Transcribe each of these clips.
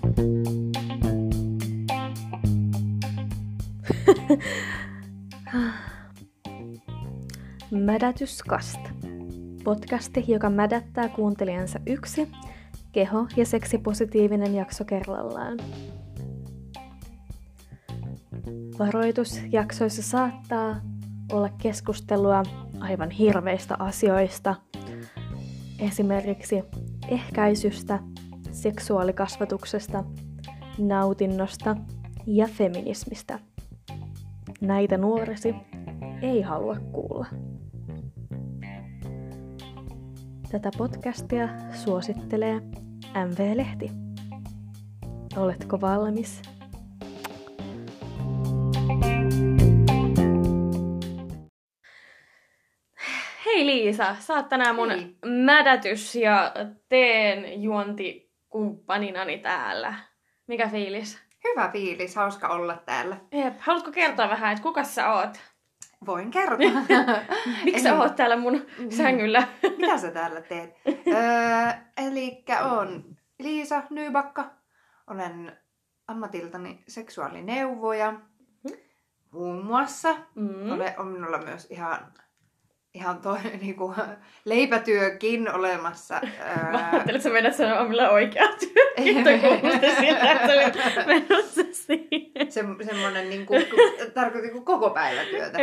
Mädätyskast. Podcasti, joka mädättää kuuntelijansa yksi keho- ja seksipositiivinen jakso kerrallaan. Varoitus, jaksoissa saattaa olla keskustelua aivan hirveistä asioista, esimerkiksi ehkäisystä, seksuaalikasvatuksesta, nautinnosta ja feminismistä. Näitä nuoresi ei halua kuulla. Tätä podcastia suosittelee MV-lehti. Oletko valmis? Hei Liisa, sä oot tänään mun mädätys- ja teenjuontikumppaninani täällä. Mikä fiilis? Hyvä fiilis, hauska olla täällä. Jep. Haluatko kertoa vähän, että kuka sä oot? Voin kertoa. Miksi sä oot täällä mun sängyllä? Mitä sä täällä teet? Elikkä on Liisa Nybakka. Olen ammatiltani seksuaalineuvoja. Muun muassa. On minulla myös ihan niinku leipätyökin olemassa. Mä ajattelin, että sä menet sanoa omilla oikea työkin. Tai kuulosti siltä, että sä olet menossa siihen. Semmoinen niinku, tarkoitin koko päivätyötä.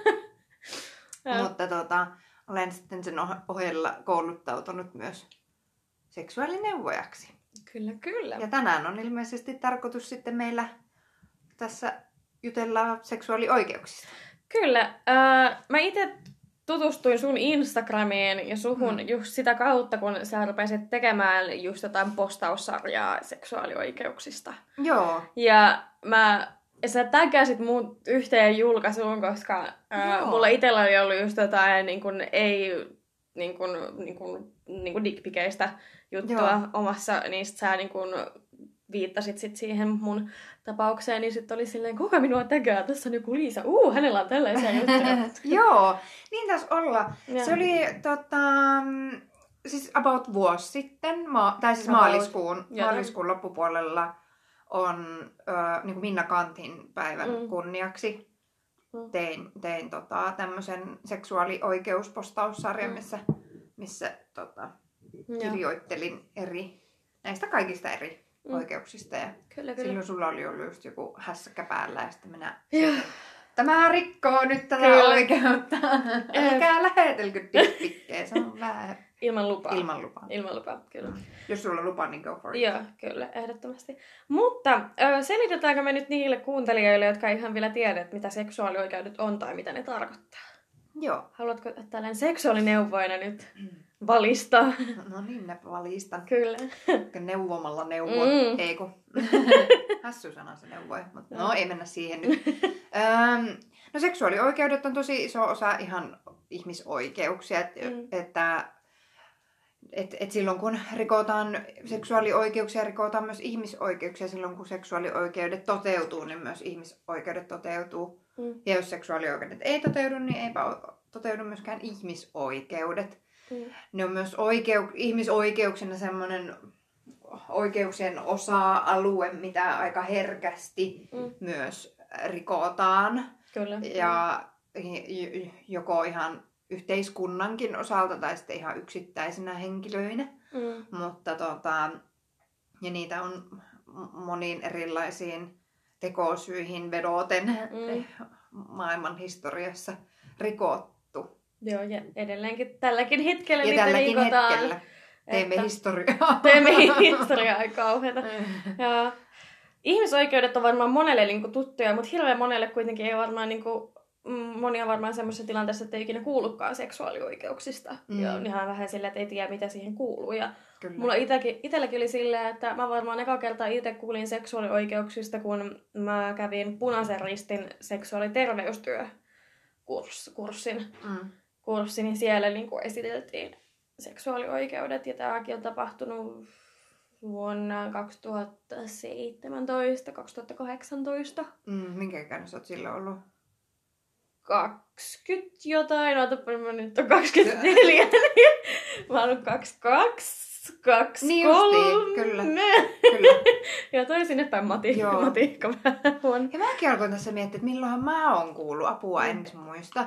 Mutta olen sitten sen ohella kouluttautunut myös seksuaalineuvojaksi. Kyllä, kyllä. Ja tänään on ilmeisesti tarkoitus sitten meillä tässä jutella seksuaalioikeuksista. Kyllä. Mä itse tutustuin sun Instagramiin ja suhun just sitä kautta, kun sä rupesit tekemään just jotain postaussarjaa seksuaalioikeuksista. Joo. Ja sä tägäsit mun yhteen julkaisuun, koska mulla itsellä oli ollut just jotain niin kuin dickpikeistä juttua omassa, niin sit sä niin kun viittasit sit siihen mun tapaukseen, niin sit oli silleen, kuka minua tägää, tässä on joku Liisa, hänellä on tällaisia juttuja. Joo, niin taisi olla. Ja. Se oli siis about vuosi sitten, maaliskuun loppupuolella on niin kuin Minna Kantin päivän kunniaksi. Tein tämmöisen seksuaalioikeuspostaussarjan, missä kirjoittelin näistä kaikista eri oikeuksista. Ja kyllä. Silloin sulla oli ollut just joku hässäkkä päällä ja sitten tämä rikkoo nyt tätä oikeutta. Älkää lähetelkö dickpikkejä, se on vähän... Ilman lupaa, kyllä. Jos sulla on lupa, niin go for it. Joo, kyllä, ehdottomasti. Mutta selitetäänkö me nyt niille kuuntelijoille, jotka ei ihan vielä tiedä, että mitä seksuaalioikeudet on tai mitä ne tarkoittaa? Joo. Haluatko tällainen seksuaalineuvoina nyt valistaa? No niin, valistan. Kyllä. Neuvomalla neuvoa. Ei kun. Hassu sana se neuvoi, mutta no ei mennä siihen nyt. No seksuaalioikeudet on tosi iso osa ihan ihmisoikeuksia, että silloin kun rikotaan seksuaalioikeuksia, rikotaan myös ihmisoikeuksia. Silloin kun seksuaalioikeudet toteutuu, niin myös ihmisoikeudet toteutuu. Ja jos seksuaalioikeudet ei toteudu, niin eipä toteudu myöskään ihmisoikeudet. Ne on myös ihmisoikeuksina semmoinen oikeuksien osa-alue, mitä aika herkästi myös rikotaan. Kyllä. Ja joko ihan yhteiskunnankin osalta tai sitten ihan yksittäisinä henkilöinä. Mutta ja niitä on moniin erilaisiin tekosyihin vedoten maailman historiassa rikottu. Joo, ja edelleenkin tälläkin hetkellä niitä rikotaan. Hetkellä teemme historiaa. Teemme historiaa, aika kauheata. Ja ihmisoikeudet on varmaan monelle niin tuttuja, mutta hirveän monelle kuitenkin ei varmaan monia varmaan semmoisessa tilanteessa, että ei ikinä kuulukaan seksuaalioikeuksista. Ja on ihan vähän silleen, että ei tiedä, mitä siihen kuuluu. Ja mulla itselläkin oli silleen, että mä varmaan eka kertaa itse kuulin seksuaalioikeuksista, kun mä kävin Punaisen Ristin seksuaaliterveystyökurssin. Niin siellä niin kuin esiteltiin seksuaalioikeudet. Ja tämäkin on tapahtunut vuonna 2017-2018. Minkä ikäinen sä oot silloin ollut? 20 jotain, mä nyt on 24, niin mä oon 22. 2, Niin 3. justiin, kyllä. Ja toi sinne päin matikka vähän. Ja mäkin alkoin tässä miettiä, että milloinhan mä oon kuullut apua, en muista.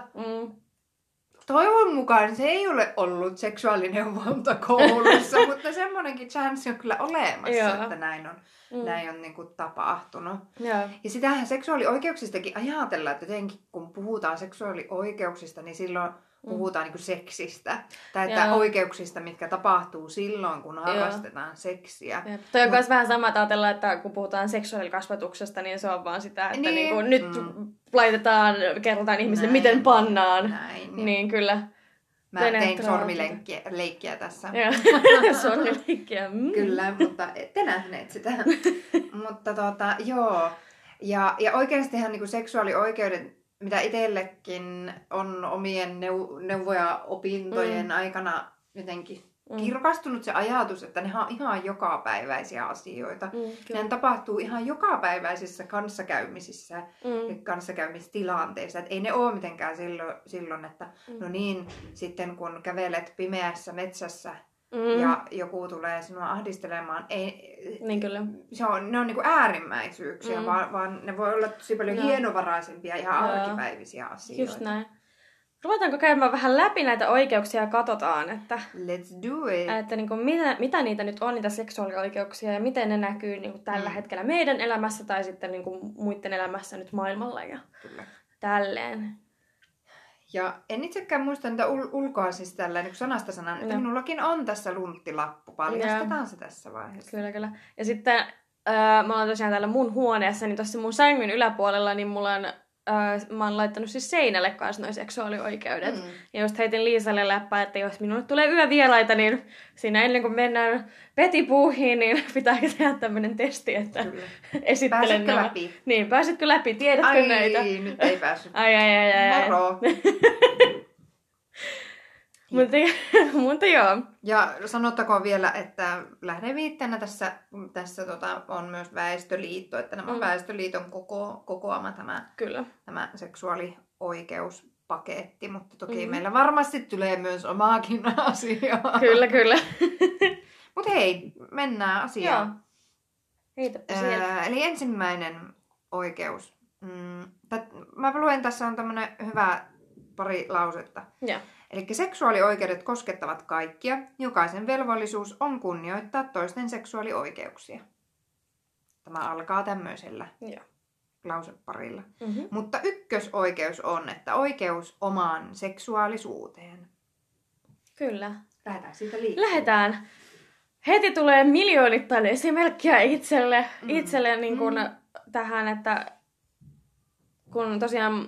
Toivon mukaan se ei ole ollut seksuaalineuvonta koulussa, mutta semmoinenkin chance on kyllä olemassa, että näin on niin kuin tapahtunut. Ja sitähän seksuaalioikeuksistakin ajatellaan, että jotenkin kun puhutaan seksuaalioikeuksista, niin silloin puhutaan niin kuin seksistä. Tai että oikeuksista, mitkä tapahtuu silloin, kun harrastetaan seksiä. Toi on myös vähän sama, että ajatellaan, että kun puhutaan seksuaalikasvatuksesta, niin se on vaan sitä, että nyt kerrotaan ihmisille, miten pannaan. Niin kyllä. Mä tein sormileikkiä tässä. Sormileikkiä. Kyllä, mutta ette nähneet sitä. Mutta joo. Ja oikeastihan niin kuin seksuaalioikeudet, mitä itsellekin on omien neuvoja opintojen aikana jotenkin kirkastunut se ajatus, että ne on ihan jokapäiväisiä asioita. Ne tapahtuu ihan jokapäiväisissä kanssakäymisissä ja kanssakäymistilanteissa. Et ei ne ole mitenkään silloin, että no niin, sitten kun kävelet pimeässä metsässä ja joku tulee sinua ahdistelemaan. Niin kyllä. Ne on niinku äärimmäisyyksiä, vaan ne voi olla tosi paljon hienovaraisempia ja arkipäivisiä asioita. Just näin. Ruvetaanko käymään vähän läpi näitä oikeuksia ja katsotaan, että, let's do it. Että niin kuin mitä niitä nyt on, niitä seksuaalioikeuksia, ja miten ne näkyy niin kuin tällä hetkellä meidän elämässä tai sitten niin kuin muiden elämässä nyt maailmalla ja tälleen. Ja en itsekään muista niitä ulkoa siis tällä niin sanasta sanan, että minullakin on tässä lunttilappu. Paljastetaan se tässä vaiheessa. Kyllä. Ja sitten mä oon tosiaan täällä mun huoneessa, niin tuossa mun sängyn yläpuolella, niin mulla on mä oon laittanut siis seinälle kanssa noi seksuaalioikeudet. Ja just heitin Liisalle läppää, että jos minulle tulee yövieraita, niin siinä ennen kuin mennään petipuuhiin, niin pitääkö tehdä tämmönen testi, että esittelen nämä. Läpi? Niin, pääsitkö läpi? Tiedätkö näitä? Ai, nyt ei päässyt. Ai. Moro! Mutta joo. Ja sanottakoon vielä, että lähdeviitteenä tässä on myös Väestöliitto, että nämä on Väestöliiton kokoama tämä seksuaalioikeuspaketti, mutta toki meillä varmasti tulee myös omaakin asiaa. Kyllä. Mutta hei, mennään asiaan. Joo. Heitäpä sieltä. Eli ensimmäinen oikeus. Mä luen, tässä on tämmönen hyvä pari lausetta. Joo. Eli seksuaalioikeudet koskettavat kaikkia. Jokaisen velvollisuus on kunnioittaa toisten seksuaalioikeuksia. Tämä alkaa tämmöisellä lauseparilla. Mutta ykkösoikeus on, että oikeus omaan seksuaalisuuteen. Kyllä. Lähdetään siitä liikkeelle. Lähdetään. Heti tulee miljoonittain esimerkkiä itselle niin kuin tähän, että kun tosiaan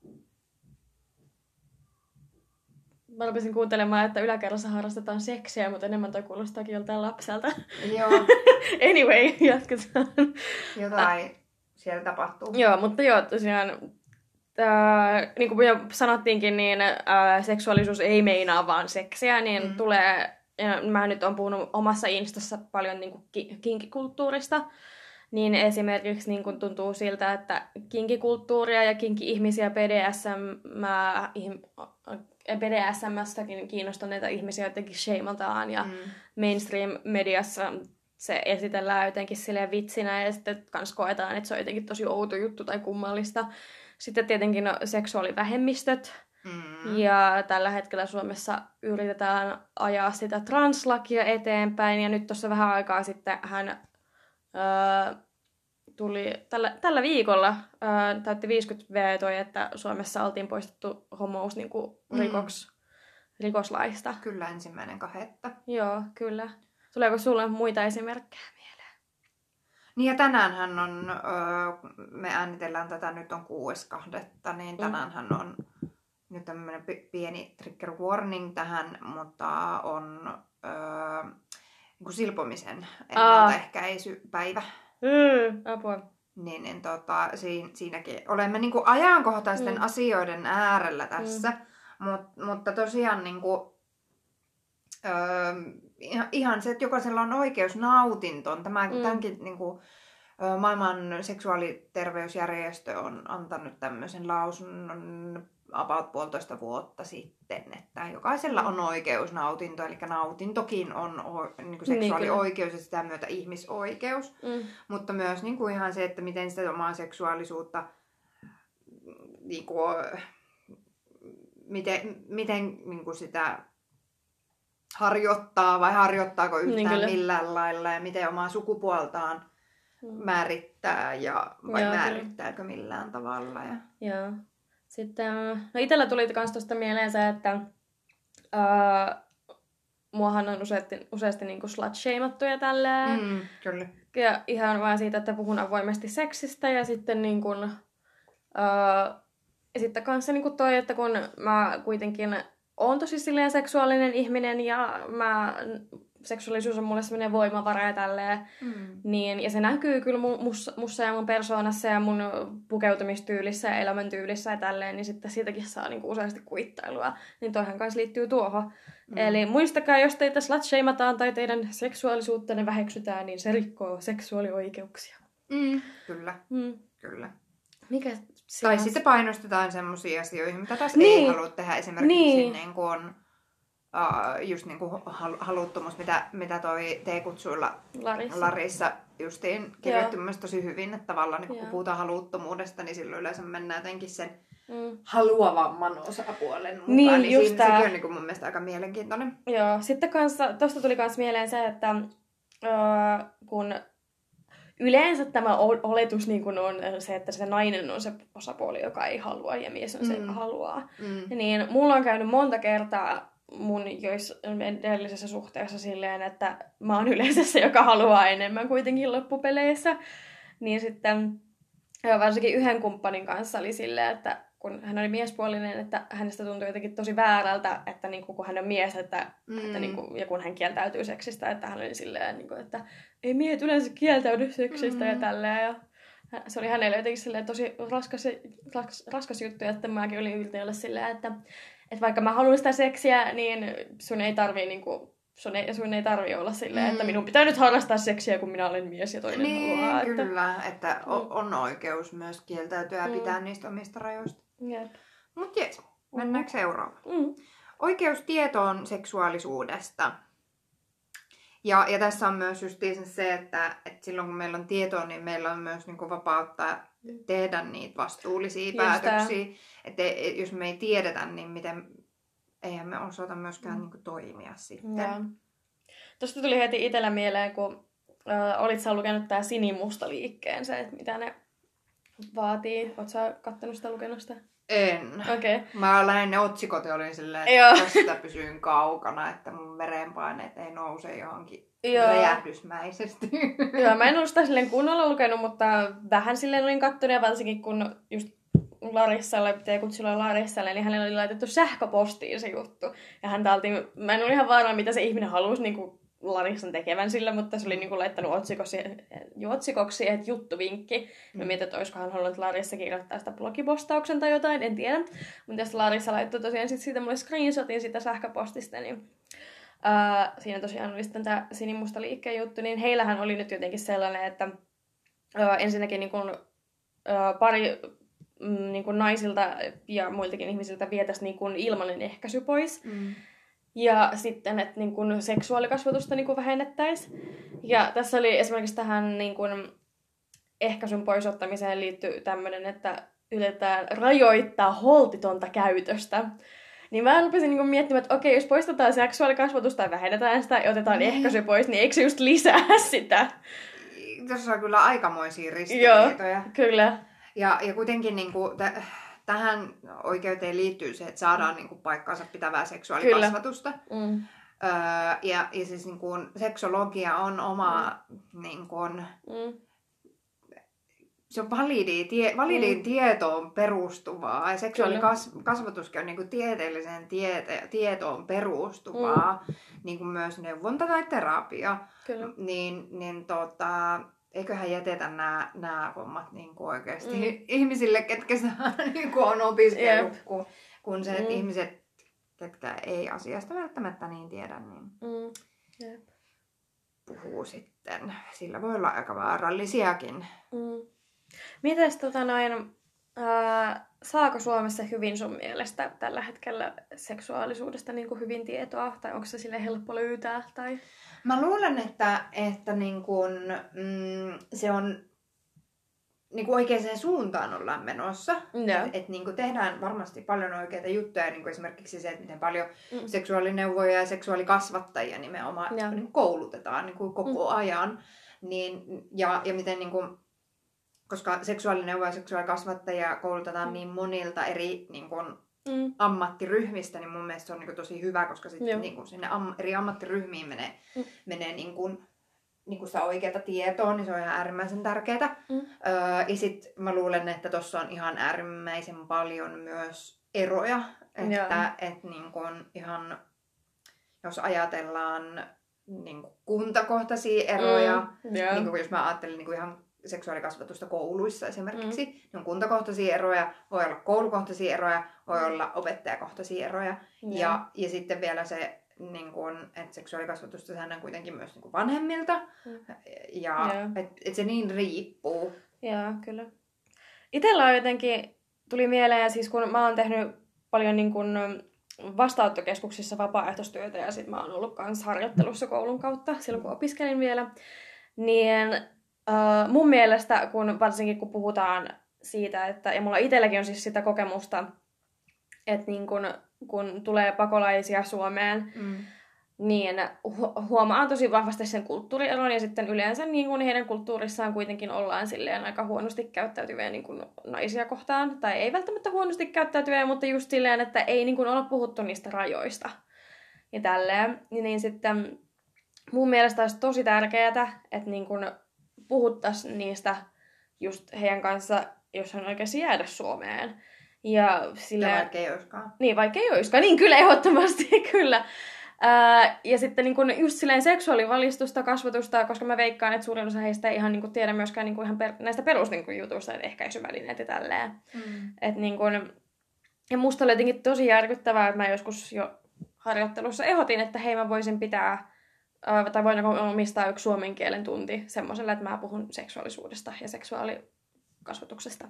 mä rupesin kuuntelemaan, että yläkerrassa harrastetaan seksiä, mutta enemmän toi kuulostaakin joltain lapselta. Joo. Anyway, jatketaan. Jotain siellä tapahtuu. Joo, mutta tosiaan, niin kuin jo sanottiinkin, niin seksuaalisuus ei meinaa vaan seksiä, niin tulee, ja mä nyt oon puhunut omassa instassa paljon niin kuin kinkikulttuurista, niin esimerkiksi niin kuin tuntuu siltä, että kinkikulttuuria ja kinki-ihmisiä BDSM:stäkin kiinnostuneita ihmisiä jotenkin sheimataan ja mainstream-mediassa se esitellään jotenkin silleen vitsinä ja sitten kans koetaan, että se on jotenkin tosi outo juttu tai kummallista. Sitten tietenkin seksuaalivähemmistöt ja tällä hetkellä Suomessa yritetään ajaa sitä translakia eteenpäin ja nyt tuossa vähän aikaa sitten hän tuli tällä viikolla täytti 50 V toi, että Suomessa oltiin poistettu homous niin kuin rikoslaista. Kyllä, 1.2. Joo, kyllä. Tuleeko sulle muita esimerkkejä mieleen? Niin ja tänäänhän on, me äänitellään tätä, nyt on 6.2, niin tänäänhän on nyt tämmöinen pieni trigger warning tähän, mutta on niin kuin silpomisen ennaltaehkäisypäivä. Apua. Niin siinäkin olemme niin kuin ajankohtaisten asioiden äärellä tässä, mutta tosiaan niin kuin, ihan se, että jokaisella on oikeus nautintoon. Tämänkin niin kuin, maailman seksuaaliterveysjärjestö on antanut tämmöisen lausunnon about 1,5 vuotta sitten, että jokaisella on oikeus nautintoon, eli nautintokin on niin kuin seksuaalioikeus ja sitä myötä ihmisoikeus, mutta myös niin kuin ihan se, että miten sitä omaa seksuaalisuutta, niin kuin, miten niin kuin sitä harjoittaa vai harjoittaako yhtään millään lailla ja miten omaa sukupuoltaan määrittää vai määrittääkö millään tavalla. Joo. Sitten, no itsellä tuli myös tuosta mieleen se, että muahan on useasti niin kuin slut-shamattu ja tälleen. Kyllä. Ja ihan vaan siitä, että puhun avoimesti seksistä ja sitten niin kuin, ja sitten kanssa niin kuin toi, että kun mä kuitenkin oon tosi silleen seksuaalinen ihminen ja seksuaalisuus on mulle semmoinen voimavara ja tälleen. Niin, ja se näkyy kyllä mussa ja mun persoonassa ja mun pukeutumistyylissä ja elämäntyylissä ja tälleen, niin sitten siitäkin saa niinku useasti kuittailua. Niin toihan kanssa liittyy tuohon. Eli muistakaa, jos teitä slut-shamataan tai teidän seksuaalisuuttanne väheksytään, niin se rikkoo seksuaalioikeuksia. Kyllä. Kyllä. Mikä tai sitten painostetaan semmoisiin asioihin, mitä taas ei halua tehdä. Esimerkiksi niin kuin, just niin kuin haluttomuus, mitä toi T-kutsuilla Larissa justiin kirjoitti mun tosi hyvin, että tavallaan niin kun puhutaan haluttomuudesta, niin silloin yleensä mennään jotenkin sen haluavamman osapuolen mukaan. Niin sekin on niin kuin mun mielestä aika mielenkiintoinen. Joo, sitten tuosta tuli myös mieleen se, että kun yleensä tämä oletus niin kun on se, että se nainen on se osapuoli, joka ei halua ja mies on se, joka haluaa. Niin mulla on käynyt monta kertaa mun edellisessä suhteessa silleen, että mä oon yleensä se, joka haluaa enemmän kuitenkin loppupeleissä. Niin sitten varsinkin yhden kumppanin kanssa oli silleen, että kun hän oli miespuolinen, että hänestä tuntui jotenkin tosi väärältä, että niinku, kun hän on mies, että niinku, ja kun hän kieltäytyy seksistä, että hän oli silleen, niinku, että ei miehet yleensä kieltäydy seksistä ja tälleen. Ja se oli hänelle jotenkin silleen tosi raskas juttu, että mäkin olin yltiöllä silleen, että vaikka mä haluan sitä seksiä, niin sun ei tarvii olla silleen, että minun pitää nyt harrastaa seksiä, kun minä olen mies ja toinen haluaa. Kyllä, että on oikeus myös kieltäytyä ja pitää niistä omista rajoista. Jep. Mut jes, mennäänkö seuraavaan? Oikeus tietoon seksuaalisuudesta. Ja tässä on myös justiinsa se, että silloin kun meillä on tietoa, niin meillä on myös niinku vapautta tehdä niitä vastuullisia päätöksiä. Että jos me ei tiedetä, niin eihän me osata myöskään niinku toimia sitten. Ja. Tuosta tuli heti itsellä mieleen, kun olit sä lukenut tää Sinimusta liikkeen, se, että mitä ne vaatii. Oot sä kattonut sitä, lukenut sitä? En. Okay. Mä lähdin ne otsikot ja olin silleen, että tästä pysyn kaukana, että mun verenpaineet ei nouse johonkin räjähdysmäisesti. Joo, mä en ollut sitä silleen kunnolla lukenut, mutta vähän silleen olin kattonut ja varsinkin kun just Larissalle, pitää kutsua Larissalle, niin hänelle oli laitettu sähköpostiin se juttu. Ja mä en ole ihan varma, mitä se ihminen halusi niin kuin Larissan tekevän sillä, mutta se oli niin kuin laittanut otsikoksi, että juttuvinkki. Mä mietin, että olisiko hän halunnut Larissa kirjoittaa sitä blogipostauksen tai jotain, en tiedä. Mutta jos Larissa laittoi tosiaan siitä mulle screenshotin siitä sähköpostista, niin siinä tosiaan oli sitten tämä Sinimusta liikkeen juttu, niin heillähän oli nyt jotenkin sellainen, että ensinnäkin niin kuin, pari niin kuin naisilta ja muiltakin ihmisiltä vietäisiin niin kuin ilmainen ehkäisy pois. Ja sitten, että niin kuin seksuaalikasvatusta niin kuin vähennettäisiin. Ja tässä oli esimerkiksi tähän niin kuin ehkäisyn poisottamiseen liittyy tämmöinen, että yritetään rajoittaa holtitonta käytöstä. Niin mä rupesin niin kuin miettimään, että okei, jos poistetaan seksuaalikasvatusta ja vähennetään sitä ja otetaan ehkäisy pois, niin eikö se just lisää sitä? Tässä on kyllä aikamoisia ristiriitoja. Joo, kyllä. Ja kuitenkin niin kuin, tähän oikeuteen liittyy se, että saadaan niin kuin, paikkaansa pitävää seksuaalikasvatusta. Ja siis niin kuin, seksologia on oma niin kuin, se on validiin tietoon perustuvaa. Ja seksuaalikasvatuskin on niin kuin, tieteelliseen tietoon perustuvaa. Niin kuin myös neuvonta tai terapia. Niin eiköhän jätetä nämä hommat niin kuin oikeasti ihmisille, ketkä niin kuin on opiskellut, kun se, että ihmiset, ketkä ei asiasta välttämättä niin tiedä, niin puhuu sitten. Sillä voi olla aika vaarallisiakin. Mites Saako Suomessa hyvin sun mielestä tällä hetkellä seksuaalisuudesta niin kuin hyvin tietoa? Tai onko se sille helppo löytää? Tai... Mä luulen, että niin kun, se on niin kuin oikeaan suuntaan ollaan menossa. Että niin kuin tehdään varmasti paljon oikeita juttuja, niin kuin esimerkiksi se, että miten paljon seksuaalineuvoja ja seksuaalikasvattajia nimenomaan niin kuin koulutetaan niin kuin koko ajan. Niin, ja miten, niin kuin, koska seksuaalineuvoja ja seksuaalikasvattajia koulutetaan niin monilta eri niin kuin, ammattiryhmistä, niin mun mielestä se on niin kuin, tosi hyvä, koska sitten niin kuin, sinne eri ammattiryhmiin menee niin kuin, sitä oikeaa tietoa, niin se on ihan äärimmäisen tärkeää. Ja sit mä luulen, että tossa on ihan äärimmäisen paljon myös eroja. Että niin kun ihan, jos ajatellaan niin kun kuntakohtaisia eroja, niin kun jos mä ajattelin niin kun ihan seksuaalikasvatusta kouluissa esimerkiksi, niin on kuntakohtaisia eroja, voi olla koulukohtaisia eroja, voi olla opettajakohtaisia eroja. Ja sitten vielä se, niin kun, että seksuaalikasvatusta saadaan kuitenkin myös niin kun vanhemmilta. Ja että se niin riippuu. Joo, kyllä. Itellä on jotenkin, tuli mieleen, siis kun mä oon tehnyt paljon niin kun vastaanottokeskuksissa vapaaehtoistyötä ja sit mä oon ollut kans harjoittelussa koulun kautta silloin kun opiskelin vielä, niin mun mielestä, varsinkin kun puhutaan siitä, että, ja mulla itselläkin on siis sitä kokemusta, että niin kun tulee pakolaisia Suomeen, niin huomaan tosi vahvasti sen kulttuurieron, ja sitten yleensä niin kun heidän kulttuurissaan kuitenkin ollaan silleen aika huonosti käyttäytyviä niin kun naisia kohtaan, tai ei välttämättä huonosti käyttäytyviä, mutta just silleen, että ei niin kun olla puhuttu niistä rajoista. Ja tälleen, niin sitten mun mielestä olisi tosi tärkeää, että niin kun puhuttaisiin niistä just heidän kanssa, jos hän oikeasti jäädä Suomeen. Ja vaikka ei olisikaan. Niin, vaikka ei olisikaan. Niin, kyllä ehdottomasti, kyllä. Ja sitten niin kun just silleen seksuaalivalistusta, kasvatusta, koska mä veikkaan, että suurin osa heistä ei ihan niin kun tiedä myöskään niin kun ihan näistä perusjutuista, että ehkäisyvälineet ja tälleen. Et niin kun, ja musta oli jotenkin tosi järkyttävää, että mä joskus jo harjoittelussa ehdotin, että hei mä voisin pitää tai voidaanko omistaa yksi suomen kielen tunti semmoisella, että mä puhun seksuaalisuudesta ja seksuaalikasvatuksesta.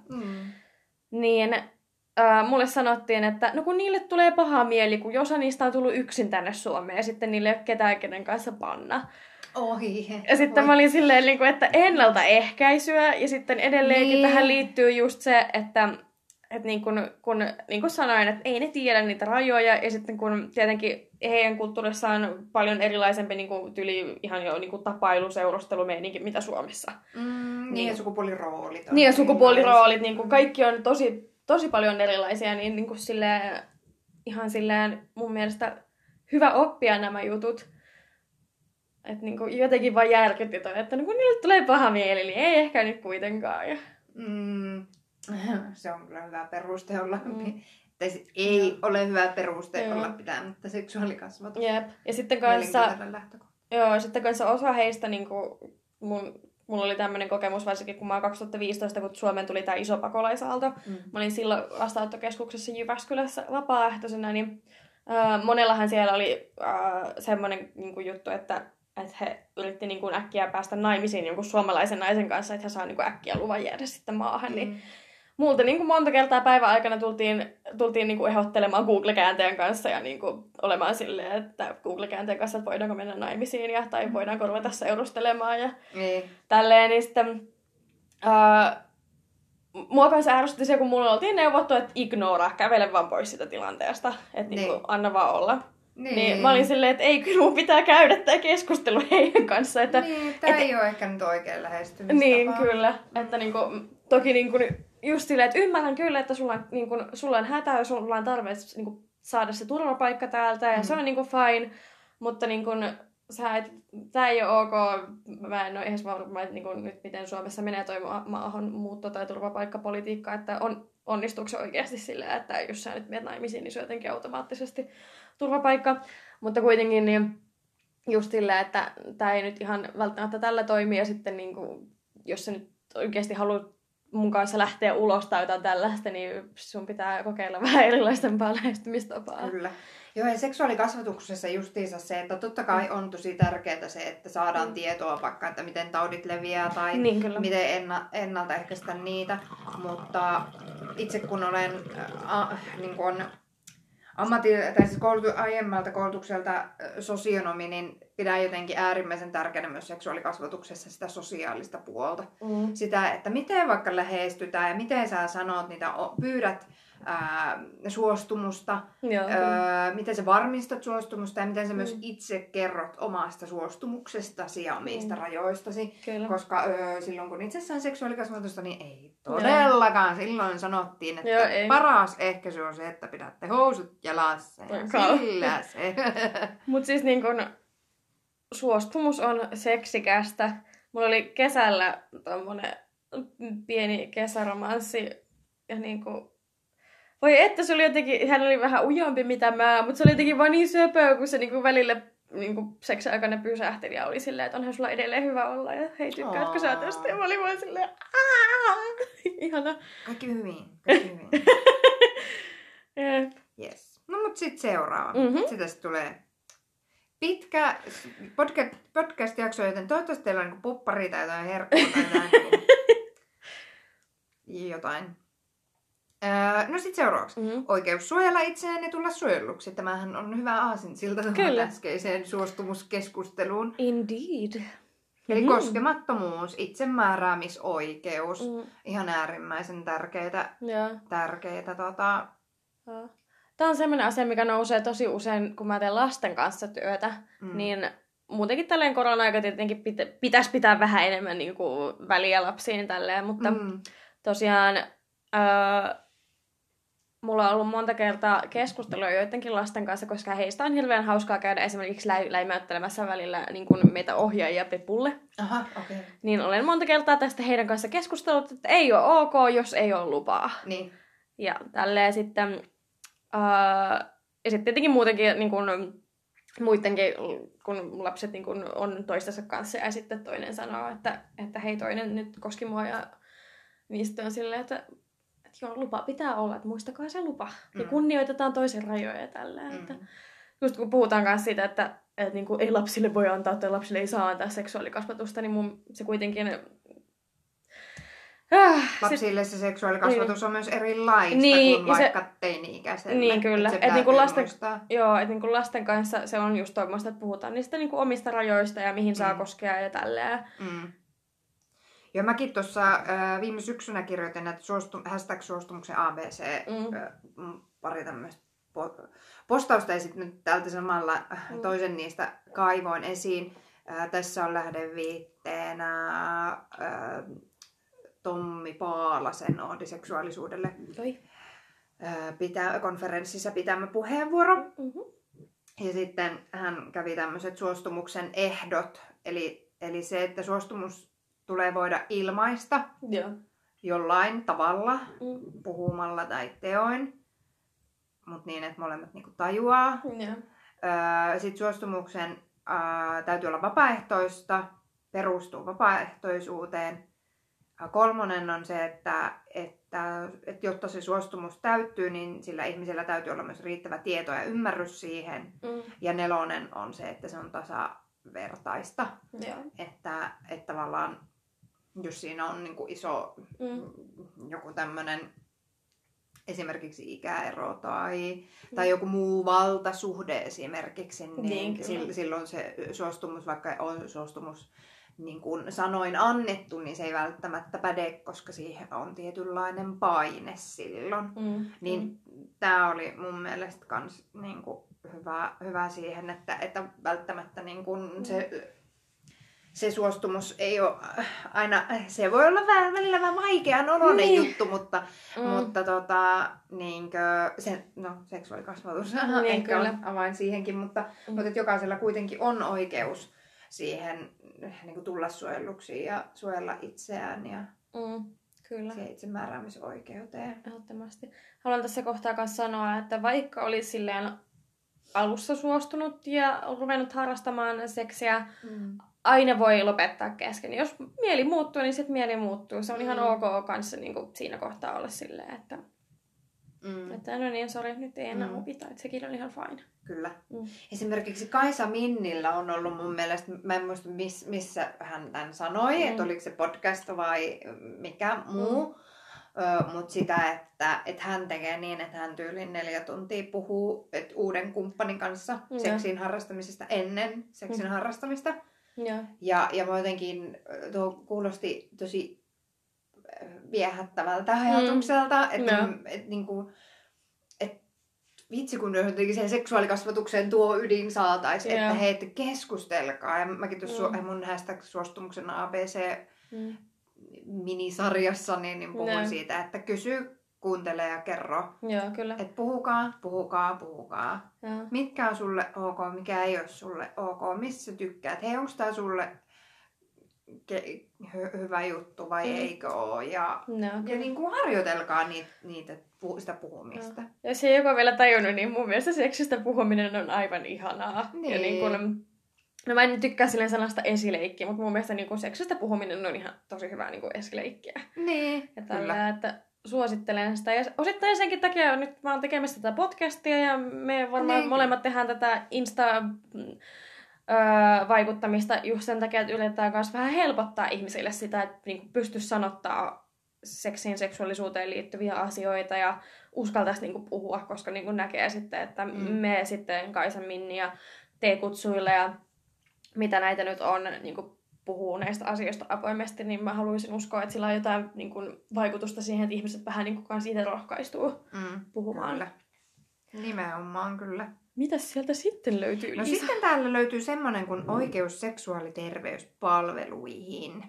Niin mulle sanottiin, että no kun niille tulee paha mieli, kun osa niistä on tullut yksin tänne Suomeen ja sitten niille ei ole ketään kenen kanssa panna. Ja sitten mä olin silleen, että ennaltaehkäisyä ja sitten edelleenkin tähän liittyy just se, että niin kun sanoin, että ei ne tiedä niitä rajoja, ja sitten kun tietenkin heidän kulttuurissaan on paljon erilaisempi niin kuin tyli ihan jo niin kuin tapailu, seurustelumeininki, mitä Suomessa. Niin ja sukupuoliroolit. Niin ja sukupuoliroolit, niin kuin kaikki on tosi paljon erilaisia, niin kuin silleen, ihan silleen mun mielestä hyvä oppia nämä jutut. Että niin kuin jotenkin vaan järkytti toi, että niin kun niille tulee paha mieli, niin ei ehkä nyt kuitenkaan. Ja... Se on kyllä hyvä peruste olla. Tai ei ole hyvä peruste olla pitämättä seksuaalikasvatus. Jep. Ja sitten kanssa osa heistä, niin kuin mulla oli tämmöinen kokemus, varsinkin kun mä oon 2015, kun Suomeen tuli tää iso pakolaisaalto. Mä olin silloin vastaanottokeskuksessa Jyväskylässä vapaaehtoisena, niin monellahan siellä oli semmoinen niin juttu, että he yritti niin kuin äkkiä päästä naimisiin jonkun suomalaisen naisen kanssa, että he saa niin kuin äkkiä luvan jäädä sitten maahan. Niin multa niin kuin monta kertaa päivän aikana tultiin niin kuin ehdottelemaan Google-kääntäjän kanssa ja niin kuin olemaan silleen, että Google-kääntäjän kanssa, että voidaanko mennä naimisiin tai voidaanko ruveta seurustelemaan ja tälleen. Niin sitten mua kanssa ärsytti se, kun mulla oltiin neuvottu, että ignoraa, kävele vaan pois sitä tilanteesta, että niin kuin, anna vaan olla. Niin mä olin silleen, että ei, kyllä mun pitää käydä tämä keskustelu heidän kanssa. Että, tämä ei ole ehkä nyt oikein lähestymistapa. Niin, kyllä. Että niinku, toki niinku, just silleen, että ymmärrän kyllä, että sulla on hätä ja sulla on tarve niinku, saada se turvapaikka täältä ja se on niinku fine. Mutta niinku, tämä ei ole ok. Mä en ole edes varma, että niinku, nyt miten Suomessa menee toi maahanmuutto- tai turvapaikkapolitiikka, että onnistuuko se oikeasti silleen, että jos sä nyt menet naimisiin, niin se on jotenkin automaattisesti turvapaikka. Mutta kuitenkin niin just silleen, että tämä ei nyt ihan välttämättä tällä toimi. Ja sitten niin kuin, jos sä nyt oikeasti haluat mun kanssa lähteä ulos tai jotain tällaista, niin sun pitää kokeilla vähän erilaisempaa lähestymistapaa. Kyllä. Joo, ja seksuaalikasvatuksessa justiinsa se, että totta kai on tosi tärkeää se, että saadaan tietoa vaikka, että miten taudit leviää tai miten ennaltaehkäistä niitä. Mutta itse kun olen niin kuin siis aiemmalta koulutukselta sosionomi, niin pidän jotenkin äärimmäisen tärkeänä myös seksuaalikasvatuksessa sitä sosiaalista puolta. Sitä, että miten vaikka lähestytään ja miten sä sanot niitä, pyydät suostumusta, miten sä varmistat suostumusta ja miten sä myös itse kerrot omasta suostumuksestasi ja omista rajoistasi. Kyllä. Koska silloin kun itse sain seksuaalikasvatusta, niin ei todellakaan. Silloin sanottiin, että paras ehkäisy on se, että pidätte housut jalassa ja sillä se. Mut siis niin kun, suostumus on seksikästä. Mulla oli kesällä tommonen pieni kesäromanssi ja niinku voi että se oli jotenkin, hän oli vähän ujompi mitä mä, mutta se oli jotenkin vaan niin söpöä, kun se niinku välillä niinku seksin aikana pysähteli ja oli silleen, että onhan sulla edelleen hyvä olla ja hei tykkäätkö sä tästä? Ja mä olin vaan silleen, ihana. Kaikki hyvin, kaikki hyvin. Yes. No mut sit seuraava. Sitten tulee pitkä podcast-jakso, joten toivottavasti teillä on niinku puppari tai jotain herkkua tai jotain. No sit seuraavaksi. Oikeus suojella itseään ja tulla suojelluksi. Tämähän on hyvä aasinsilta tuohon äskeiseen suostumuskeskusteluun. Indeed. Eli koskemattomuus, itsemääräämisoikeus. Ihan äärimmäisen tärkeitä. Tämä on semmoinen asia, mikä nousee tosi usein, kun mä teen lasten kanssa työtä. Niin muutenkin tälleen korona-aika tietenkin pitäisi pitää vähän enemmän niin kuin väliä lapsiin tälleen. Mutta tosiaan mulla on ollut monta kertaa keskustelua joidenkin lasten kanssa, koska heistä on hirveän hauskaa käydä esimerkiksi läimäyttelemässä välillä niin kuin meitä ohjaajia Pepulle. Aha, okei. Niin olen monta kertaa tästä heidän kanssa keskustellut, että ei ole ok, jos ei ole lupaa. Niin. Ja tälleen sitten, ja sitten tietenkin muutenkin niin kuin, muidenkin, kun lapset niin kuin on toistensa kanssa ja sitten toinen sanoo, että hei toinen nyt koski mua ja niistä on silleen, että joo, lupa pitää olla, että muistakaa se lupa. Ja kunnioitetaan toisen rajoja ja tälleen. Että just kun puhutaan myös siitä, että niinku ei lapsille voi antaa tai lapsille ei saa antaa seksuaalikasvatusta, niin se kuitenkin lapsille se seksuaalikasvatus on myös erilaista kuin vaikka teini-ikäiselle. Niin kyllä. Että niinku lasten kanssa se on just toivottavasti, että puhutaan niistä niinku omista rajoista ja mihin saa koskea ja tälleen. Ja mäkin tuossa viime syksynä kirjoitin näitä #suostumuksen ABC pari tämmöistä postausta ja sitten nyt tältä samalla toisen niistä kaivoin esiin. Tässä on lähdeviitteenä Tommi Paalasen Oodi seksuaalisuudelle konferenssissa pitämä puheenvuoro. Ja sitten hän kävi tämmöiset suostumuksen ehdot, eli se, että suostumus tulee voida ilmaista jollain tavalla, puhumalla tai teoin, mutta niin, että molemmat niinku tajuaa. Sitten suostumuksen täytyy olla vapaaehtoista, perustuu vapaaehtoisuuteen. 3 on se, että jotta se suostumus täyttyy, niin sillä ihmisellä täytyy olla myös riittävä tieto ja ymmärrys siihen. Ja 4 on se, että se on tasavertaista. Että tavallaan, jos siinä on niin kuin iso joku tämmöinen esimerkiksi ikäero tai joku muu valtasuhde esimerkiksi, niin silloin se suostumus, vaikka on suostumus niin kuin sanoin annettu, niin se ei välttämättä päde, koska siihen on tietynlainen paine silloin. Niin tämä oli mun mielestä kans niin kuin hyvä siihen, että välttämättä niin kuin se suostumus ei ole aina, se voi olla välillä vähän vaikea noloinen juttu, mutta seksuaalikasvatus ehkä on avain siihenkin, mutta jokaisella kuitenkin on oikeus siihen niin kuin tulla suojelluksi ja suojella itseään ja siihen itsemääräämisoikeuteen. Ehdottomasti. Haluan tässä kohtaa myös sanoa, että vaikka olisi silleen alussa suostunut ja ruvennut harrastamaan seksiä, aina voi lopettaa kesken. Jos mieli muuttuu, niin sitten mieli muuttuu. Se on ihan ok kanssa niin kuin siinä kohtaa olla silleen, että no niin, sori, nyt ei enää opita. Että sekin on ihan fine. Kyllä. Esimerkiksi Kaisa Minnillä on ollut mun mielestä, mä en muista missä hän tämän sanoi, että oliko se podcast vai mikä muu. Mutta sitä, että hän tekee niin, että hän tyyliin 4 tuntia puhuu uuden kumppanin kanssa seksin harrastamisesta ennen seksin harrastamista. Ja mä jotenkin, tuo kuulosti tosi viehättävältä ajatukselta, että niinku, vitsi kun jotenkin siihen seksuaalikasvatukseen tuo ydin saataisiin, että hei, keskustelkaa. Ja mäkin tuossa mun #suostumuksen ABC minisarjassa niin puhuin siitä, että kysy, kuuntele ja kerro. Joo, kyllä. Että puhukaa. Mitkä on sulle ok, mikä ei ole sulle ok, missä tykkäät. Hei, onko tää sulle hyvä juttu vai eikö ole? Ja niin kuin harjoitelkaa sitä puhumista. Ja se, joka on vielä tajunnut, niin mun mielestä seksistä puhuminen on aivan ihanaa. Niin. Ja niin kun, no mä en tykkää silleen sanasta esileikkiä, mutta mun mielestä niin kun seksistä puhuminen on ihan tosi hyvää niin kun esileikkiä. Niin, ja tällä, että suosittelen sitä. Ja osittain senkin takia nyt mä oon tekemässä tätä podcastia ja me varmaan molemmat tehdään tätä vaikuttamista just sen takia, että yritetään myös vähän helpottaa ihmisille sitä, että niin pystyisi sanottaa seksiin, seksuaalisuuteen liittyviä asioita ja uskaltaisi niin puhua, koska niin näkee sitten, että me sitten Kaisa, Minni ja T-kutsuilla ja mitä näitä nyt on, niin puhuu näistä asioista avoimesti, niin mä haluaisin uskoa, että sillä on jotain niin vaikutusta siihen, että ihmiset vähän niin siitä rohkaistuu puhumaan. Kyllä. Nimenomaan kyllä. Mitäs sieltä sitten löytyy, Liisa? No sitten täällä löytyy semmoinen kuin oikeus seksuaaliterveyspalveluihin.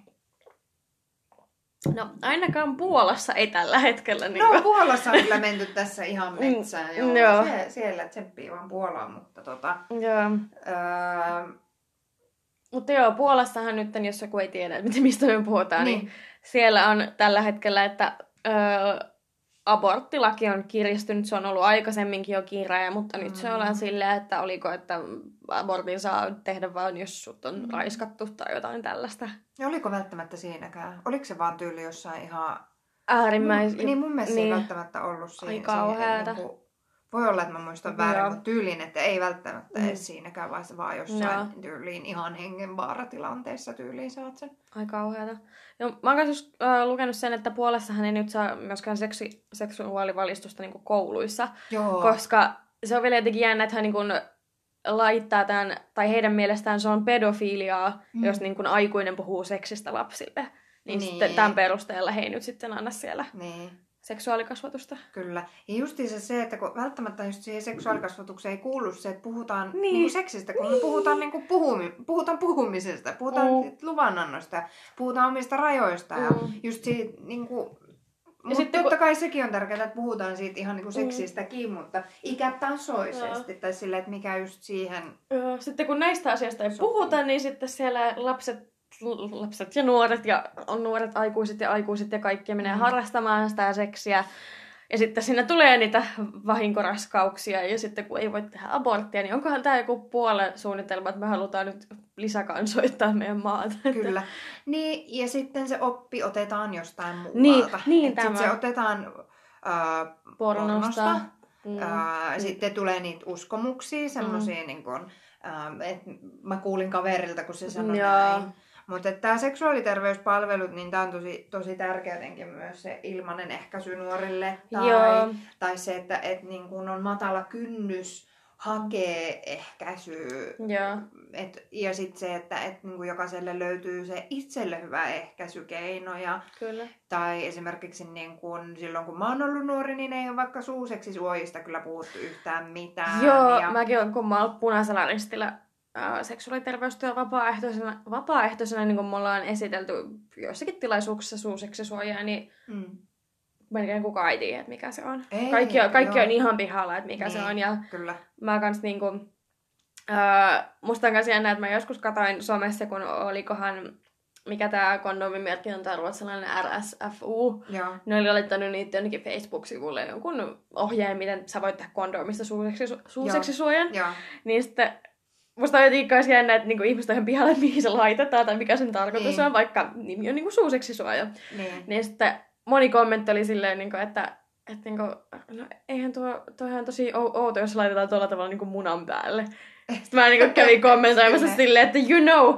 No ainakaan Puolassa ei tällä hetkellä. Niin no Puolassa on kyllä menty tässä ihan metsään. Joo. Siellä tsemppii vaan Puolaa, mutta Mutta joo, Puolassahan nyt, jos joku ei tiedä, mistä me puhutaan, niin siellä on tällä hetkellä, että aborttilaki on kiristynyt. Se on ollut aikaisemminkin jo kireä, mutta nyt se ollaan silleen, että että abortin saa tehdä vain, jos sut on raiskattu tai jotain tällaista. Ja oliko välttämättä siinäkään? Oliko se vaan tyyli jossain ihan äärimmäisen? Niin mun mielestä ei välttämättä ollut siinä. Ai kauheata. Voi olla, että mä muistan väärin, mutta tyyliin, että ei välttämättä edes siinäkään, vaan jossain tyyliin ihan hengenvaaratilanteessa tyyliin saat sen. Ai kauheata. No, mä oon myös lukenut sen, että Puolessahan ei nyt saa myöskään seksuaalivalistusta niin kuin kouluissa, koska se on vielä jotenkin jännä, että hän niin kuin laittaa tämän, tai heidän mielestään se on pedofiliaa, jos niin kuin aikuinen puhuu seksistä lapsille. Niin sitten tämän perusteella he ei nyt sitten anna siellä seksuaalikasvatusta. Kyllä. Ja justiinsa se, että kun välttämättä just siihen seksuaalikasvatukseen ei kuulu se, että puhutaan niinku seksistä, kun me puhutaan, niinku puhutaan puhumisesta, puhutaan luvanannosta, puhutaan omista rajoista ja just siitä niinku... Mutta totta kai sekin on tärkeää, että puhutaan siitä ihan niinku seksistäkin, mutta ikätasoisesti tai silleen, että mikä just siihen... Sitten kun näistä asioista ei puhuta, niin sitten siellä lapset ja nuoret ja on nuoret aikuiset ja kaikki menee harrastamaan sitä seksiä. Ja sitten siinä tulee niitä vahinkoraskauksia ja sitten kun ei voi tehdä aborttia, niin onkohan tämä joku puolen suunnitelma, että me halutaan nyt lisäkansoittaa meidän maata. Kyllä. Niin, ja sitten se oppi otetaan jostain muualta. Niin tämä. Sitten se otetaan pornosta. Sitten tulee niitä uskomuksia, semmosia niin kuin, että mä kuulin kaverilta, kun se sanoi näin. Mutta tämä seksuaaliterveyspalvelut, niin tämä on tosi tärkeä jotenkin myös se ilmainen ehkäisy nuorille. Tai se, että niin kun on matala kynnys hakee ehkäisyä. Ja sitten se, että niin jokaiselle löytyy se itselle hyvä ehkäisykeino. Kyllä. Tai esimerkiksi niin kun, silloin kun mä oon ollut nuori, niin ei ole vaikka suuseksisuojista kyllä puhuttu yhtään mitään. Mäkin olen, kun mä oon punaisella ristillä seksuaaliterveystyö vapaaehtoisena, niin kuin me ollaan esitelty joissakin tilaisuuksissa suuseksisuojaa, niin melkein kukaan ei tiedä, että mikä se on. Kaikki on ihan pihalla, että mikä se on. Ja kyllä. Mä kans niinku, musta on kans jännä, että mä joskus katsoin somessa, kun olikohan, mikä tää kondomimerkki on, tää ruotsalainen RSFU. Ne oli laittanut niitä jonnekin Facebook-sivulle jonkun ohjeen, miten sä voit tehdä kondomista suuseksisuojan. Niin sitten musta on jotenkin myös jännä, että niinku ihmiset on ihan pihalla, että mihin se laitetaan tai mikä sen tarkoitus on, vaikka nimi on niinku suuseksisuoja. Niin sitten moni kommentti oli silleen, niinku, että niinku, no eihän toihan tosi outo, jos laitetaan tuolla tavalla niinku munan päälle. Sitten mä niinku kävin kommentoimassa silleen, että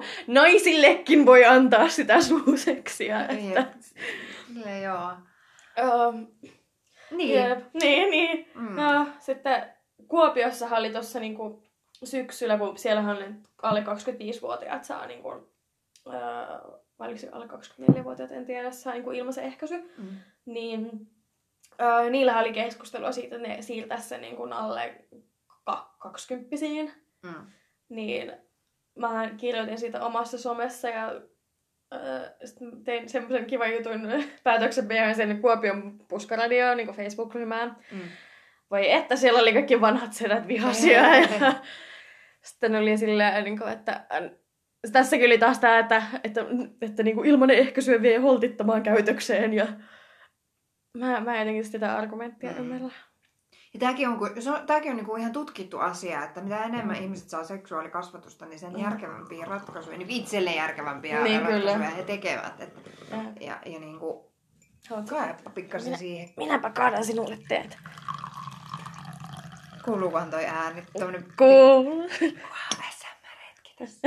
naisillekin voi antaa sitä suuseksia. Kyllä joo. Niin. Jep. Niin. Ja sitten Kuopiossahan oli tuossa niinku syksyllä, kun siellähän oli alle 25-vuotiaat saa niinku, vai oliko se alle 24-vuotiaat, en tiedä, saa niinku ilmaisen ehkäisy. Niin niillähän oli keskustelua siitä, että ne siirtäisi sen niinku alle 20-vuotiaisiin. Niin mä kirjoitin siitä omassa somessa ja sitten tein semmoisen kivan jutun päätöksen meidän sen Kuopion Puskaradioon niin Facebook-ryhmään. Voi että siellä oli kaikki vanhat sedät vihaisia. Ja sitten oli silleen, niin kuin, että tässäkin oli taas tämä, että niin kuin ilmanen ehkäisyä vie holtittomaan käytökseen. Ja mä jotenkin sitä argumenttia ymmärrä. Ja tämäkin on niinku ihan tutkittu asia, että mitä enemmän ihmiset saa seksuaalikasvatusta, niin sen järkevämpiä ratkaisuja, niin itselleen järkevämpiä ratkaisuja he tekevät. Ja niinku, kaadapa pikkasen siihen. Minäpä kaadan sinulle teet. Kuuluukohan toi ääni? Kuuluu. SMR-hetki tässä.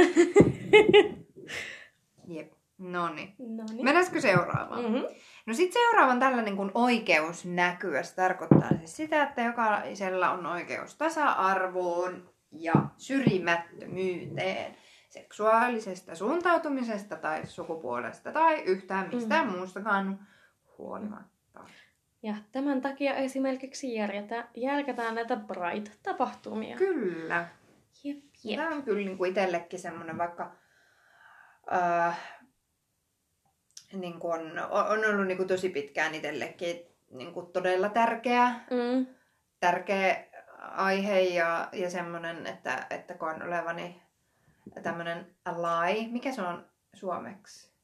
Jep. Noniin. Mennäisikö seuraavaan? No sit seuraava on tällainen kuin oikeus näkyä. Se tarkoittaa siis sitä, että jokaisella on oikeus tasa-arvoon ja syrjimättömyyteen. Seksuaalisesta suuntautumisesta tai sukupuolesta tai yhtään mistään muustakaan huolimatta. Ja tämän takia esimerkiksi järkätään näitä Pride-tapahtumia. Kyllä. Jep. Tämä on kyllä niin kuin itsellekin semmoinen vaikka... niin kuin on ollut niin kuin tosi pitkään itsellekin niin kuin todella tärkeä aihe ja semmoinen, että koen olevani tämmöinen ally. Mikä se on suomeksi?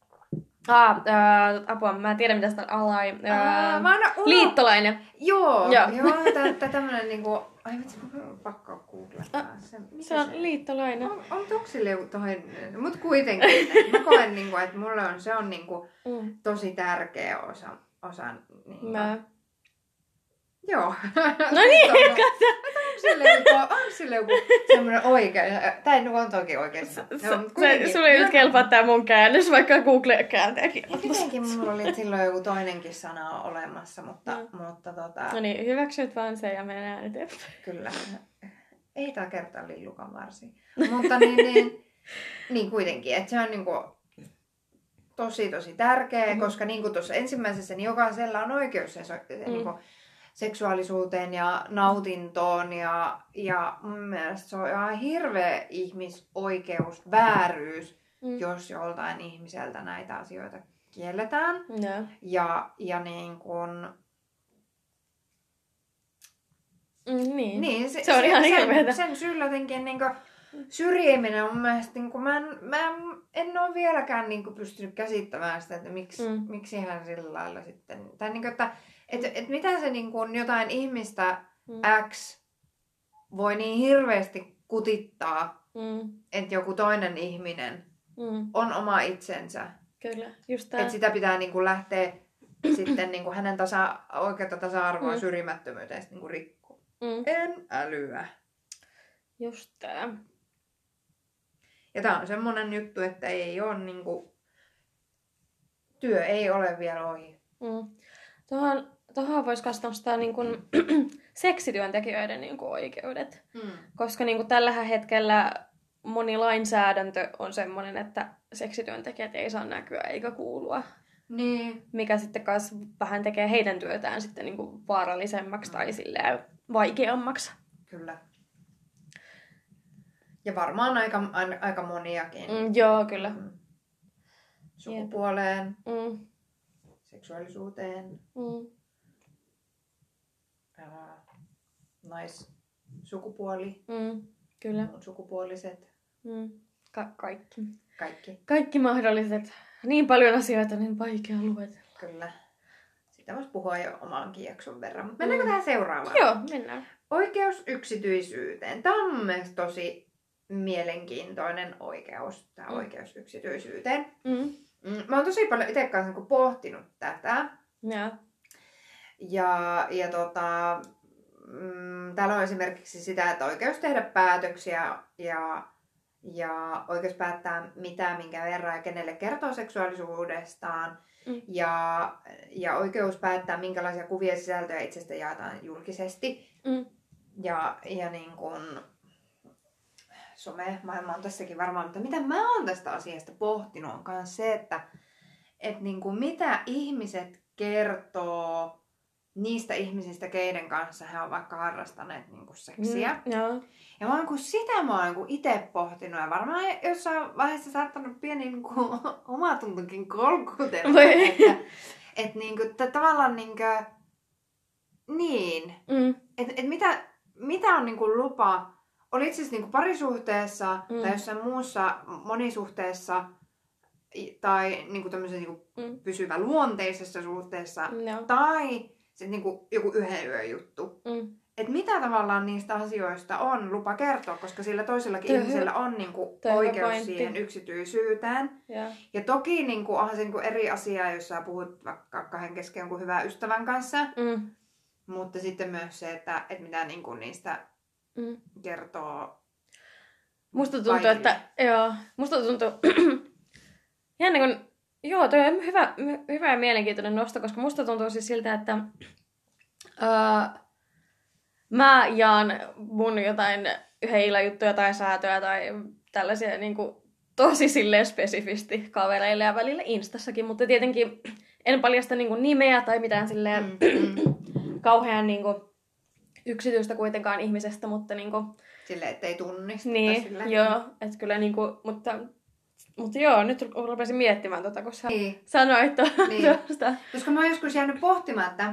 Apua, mä en tiedä mitä sitä on ally. Liittolainen. Joo. Tämmöinen niinku... Ai vitsi, mä on pakko googlettaa. Se on liittolainen. Onko sille joku toinen? Mut kuitenkin. Mä koen, niinku, että mulle se on niinku tosi tärkeä osa niinku. Joo. No niin, onko sille joku semmoinen oikein? Tää ei on toki oikein. Sulle ei nyt kelpaa tää mun käännös, vaikka Google kääntääkin. Jotenkin mulla oli silloin joku toinenkin sana olemassa, mutta No niin, hyväksyt vaan se ja mennään eteenpäin. Kyllä. Ei tää kertaa lillukan varsin. Mutta niin kuitenkin, että se on niinku tosi tärkeä, koska niin kuin tuossa ensimmäisessä, niin jokaisella on oikeus niinku seksuaalisuuteen ja nautintoon ja mun mielestä se on ihan hirveä ihmisoikeus, vääryys, jos joltain ihmiseltä näitä asioita kielletään. Ja niin kuin... Niin, se on ihan hirveetä. Sen syllä jotenkin niin kuin syrjiminen on mun mielestä, niin kuin, mä en ole vieläkään niin kuin pystynyt käsittämään sitä, että miksi hän sillä lailla sitten... Tai niin kuin, että mitä se niin kuin jotain ihmistä X voi niin hirveästi kutittaa, että joku toinen ihminen on oma itsensä. Kyllä, just tää. Että sitä pitää niin kuin lähteä sitten niin kuin hänen oikeutta tasa-arvoa syrjimättömyyteen niin kuin rikkoa. En älyä. Just tää. Ja tää on semmonen juttu, että ei ole niin kuin... työ ei ole vielä ohi. Tuohon voisi nostaa niin kuin seksityöntekijöiden niin kuin oikeudet. Koska niin kuin tällä hetkellä moni lainsäädäntö on semmoinen, että seksityöntekijät ei saa näkyä eikä kuulua. Niin. Mikä sitten kanssa vähän tekee heidän työtään sitten niin kuin vaarallisemmaksi tai silleen vaikeammaksi. Kyllä. Ja varmaan aika moniakin. Joo, kyllä. Sukupuoleen. Seksuaalisuuteen. Naissukupuoli. Kyllä. Sukupuoliset. Kaikki mahdolliset. Niin paljon asioita, niin vaikea luetella. Kyllä. Sitä voisi puhua jo omankin jakson verran. Mutta mennäänkö tähän seuraavaan? Joo, mennään. Oikeus yksityisyyteen. Tämä on mun mielestä tosi mielenkiintoinen oikeus. Tämä oikeus yksityisyyteen. Mä oon tosi paljon itse kanssa pohtinut tätä. Ja täällä on esimerkiksi sitä, että oikeus tehdä päätöksiä ja ja oikeus päättää mitä, minkä verran ja kenelle kertoo seksuaalisuudestaan. Ja oikeus päättää, minkälaisia kuvia ja sisältöjä itsestä jaetaan julkisesti. Ja niin kuin some-maailma on tässäkin varmaan, mutta mitä mä oon tästä asiasta pohtinut on myös se, että niin kuin mitä ihmiset kertoo niistä ihmisistä, keiden kanssa he on vaikka harrastaneet niin kuin seksiä. Ja sitä mä oon niin itse pohtinut ja varmaan jossain vaiheessa saattanut pieni niin kuin, omatuntokin kolkutella. Että niin kuin, tavallaan mitä on niin kuin lupa, oli itse asiassa niin kuin parisuhteessa tai jossain muussa monisuhteessa tai niin kuin tämmöisessä niin kuin pysyvä luonteisessa suhteessa tai sitten niin kuin joku yhden yön juttu. Että mitä tavallaan niistä asioista on lupa kertoa, koska sillä toisellakin ihmisellä on niin kuin oikeus siihen yksityisyyteen. Ja toki niin kuin, onhan se niin kuin eri asia, jos sä puhut vaikka kahden kesken jonkun hyvän ystävän kanssa. Mutta sitten myös se, että mitä niin kuin niistä kertoo musta tuntuu, jännä kun, toi on hyvä ja mielenkiintoinen nosto, koska musta tuntuu siis siltä, että mä jaan mun jotain yhden illan juttuja tai säätöjä tai tällaisia niin kuin, tosi silleen spesifisti kavereille ja välillä Instassakin, mutta tietenkin en paljasta niin kuin, nimeä tai mitään silleen kauhean niin kuin, yksityistä kuitenkaan ihmisestä, mutta niin kuin, silleen, ettei tunnista. Niin, joo, että kyllä niin kuin, mutta joo, nyt rupesin miettimään kun sä sanoit tuosta. Koska mä oon joskus jäänyt pohtimaan, että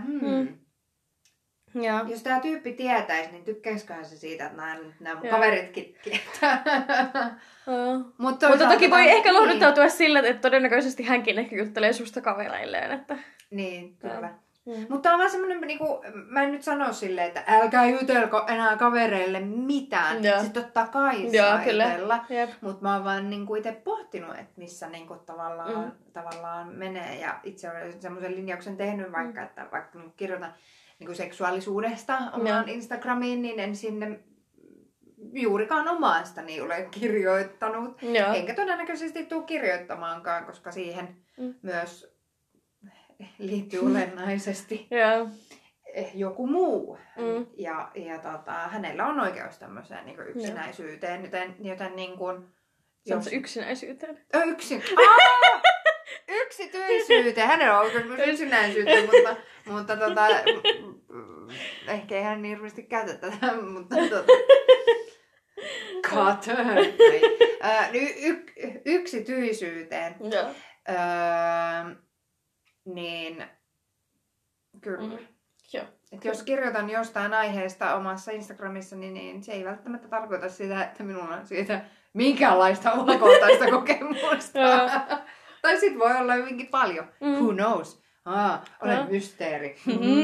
jos tää tyyppi tietäisi, niin tykkäisiköhän se siitä, että nämä mun kaveritkin tietää. Mutta toki voi ehkä lohduttautua sillä, että todennäköisesti hänkin ehkä juttelee susta kavereilleen. Että... Niin, kyllä. Mutta on vaan semmoinen, niinku, mä en nyt sano silleen, että älkää jutelko enää kavereille mitään. Sitten totta kai saa jutella. Mutta mä oon vaan niinku itse pohtinut, että missä niinku tavallaan menee. Ja itse olen semmoisen linjauksen tehnyt vaikka, että vaikka niinku kirjoitan niinku seksuaalisuudesta omaan Instagramiin, niin en sinne juurikaan omaastani ole kirjoittanut. Enkä todennäköisesti tule kirjoittamaankaan, koska siihen myös liittyy olennaisesti joku muu. Ja hänellä on oikeus tämmöiseen niin yksinäisyyteen, joten niin kuin... Yksinäisyyteen? Yksityisyyteen. Hänellä on oikeus myös yksinäisyyteen, mutta ehkä ei hän niin hirveästi käytä tätä, mutta yksityisyyteen. Niin kyllä. Et jos kirjoitan jostain aiheesta omassa Instagramissani, niin se ei välttämättä tarkoita sitä, että minulla on siitä minkäänlaista omakohtaista kokemusta. Tai sit voi olla hyvinkin paljon. Who knows? Olen mysteeri.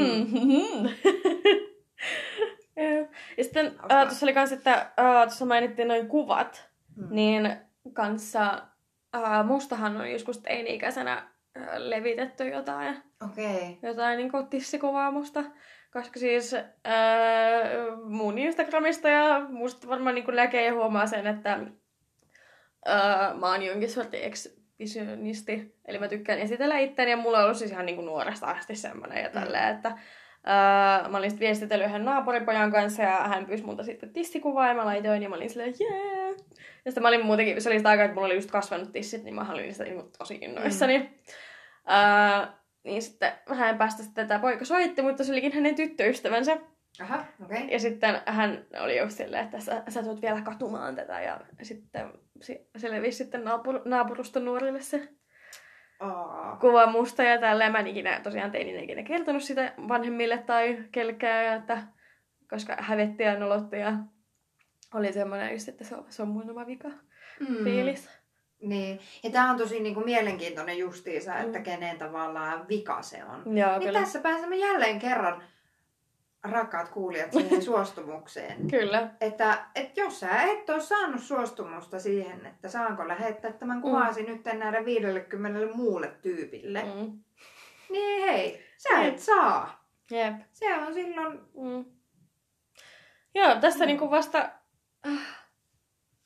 Ja sitten tuossa oli kans, että tuossa mainittiin noin kuvat, niin kanssa mustahan on joskus teini-ikäisenä levitetty jotain niin kuin tissikuvaa musta. Koska siis mun Instagramista ja musta varmaan niin kuin näkee ja huomaa sen, että mä oon jonkin sortin ekshibitionisti. Eli mä tykkään esitellä itteni ja mulla on ollut siis ihan niin kuin nuoresta asti semmoinen ja tälleen, että mä olin sitten viestitellyt yhden naapuripojan kanssa ja hän pyysi multa sitten tissikuvaa ja mä laitoin ja mä olin silleen jee. Ja sitten mä olin muutenkin, se oli sitä aikaa, että mulla oli just kasvanut tissit, niin mä olin sitä tosi innoissani. Niin sitten vähän päästä sitten tämä poika soitti, mutta se olikin hänen tyttöystävänsä. Aha, okei. Ja sitten hän oli just silleen, että sä tulet vielä katumaan tätä ja sitten se levisi sitten naapuruston nuorille se kuva musta ja tälleen. Mä en ikinä kertonut sitä vanhemmille tai kellekään, että koska hävetti ja nolotti ja oli semmoinen just, että se on mun oma vika fiilis. Niin. Ja tää on tosi niinku mielenkiintoinen justiinsa, että kenen tavallaan vika se on. Joo, niin tässä pääsemme jälleen kerran, rakkaat kuulijat, siihen suostumukseen. Kyllä. Että jos sä et ole saanut suostumusta siihen, että saanko lähettää tämän kuvasi nyt näille 50 muulle tyypille, niin hei, sä et saa. Jep. Se on silloin... Joo, tässä niinku vasta...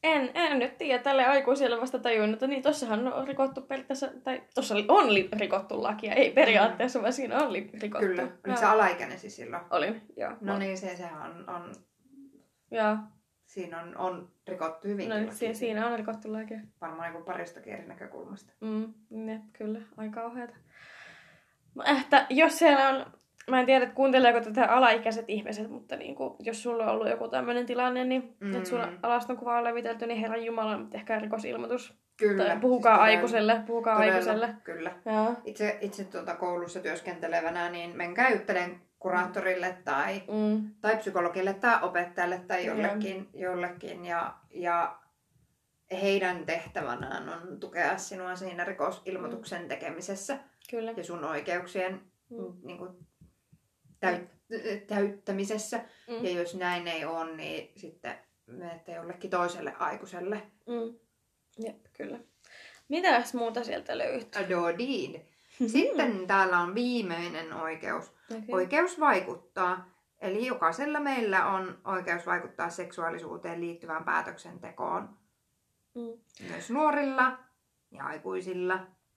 En nyt tiedä. Tälle aikuiselle vasta tajunnut, että niin tossahan on rikottu periaatteessa, tai tossa on rikottu lakia. Ei periaatteessa, vaan siinä on rikottu. Kyllä. Oliko sä alaikäinen siis silloin? Olin, joo. No niin, sehän on Joo. siinä on rikottu hyvinkin No, lakia. siinä on rikottu lakia. Varmaan niin paristakin eri näkökulmasta. Kyllä, aika kauheata. Että jos siellä on, mä en tiedä, että kuunteleeko tätä alaikäiset ihmiset, mutta niin kuin, jos sulla on ollut joku tämmöinen tilanne, niin että sulla alaston kuva on levitelty, niin herran jumala, tehkää rikosilmoitus. Kyllä. Tai puhukaa siis aikuiselle, puhukaa todella, aikuiselle. Kyllä. Joo. Itse koulussa työskentelevänä, niin menkää juttelemaan kuraattorille tai psykologille tai opettajalle tai jollekin. Ja heidän tehtävänään on tukea sinua siinä rikosilmoituksen tekemisessä. Kyllä. Ja sun oikeuksien niin kuin, täyttämisessä. Ja jos näin ei ole, niin sitten menette jollekin toiselle aikuiselle. Jep, kyllä. Mitäs muuta sieltä löytyy? Adodin. Sitten täällä on viimeinen oikeus. Okay. Oikeus vaikuttaa. Eli jokaisella meillä on oikeus vaikuttaa seksuaalisuuteen liittyvään päätöksentekoon. Myös nuorilla ja aikuisilla.